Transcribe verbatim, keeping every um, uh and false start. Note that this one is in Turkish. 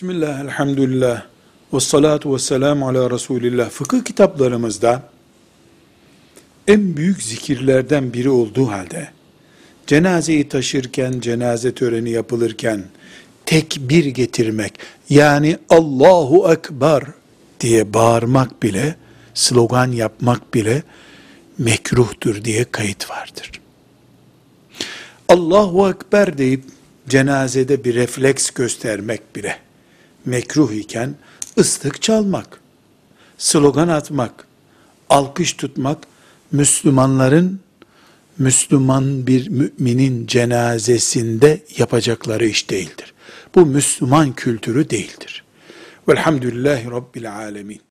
Bismillah, elhamdülillah, ve salatu ve selamu ala Resulillah. Fıkıh kitaplarımızda en büyük zikirlerden biri olduğu halde, cenazeyi taşırken, cenaze töreni yapılırken, tekbir getirmek, yani Allahu Ekber diye bağırmak bile, slogan yapmak bile mekruhtur diye kayıt vardır. Allahu Ekber deyip cenazede bir refleks göstermek bile mekruh iken, ıslık çalmak, slogan atmak, alkış tutmak, Müslümanların, Müslüman bir müminin cenazesinde yapacakları iş değildir. Bu Müslüman kültürü değildir. Velhamdülillahi Rabbil alemin.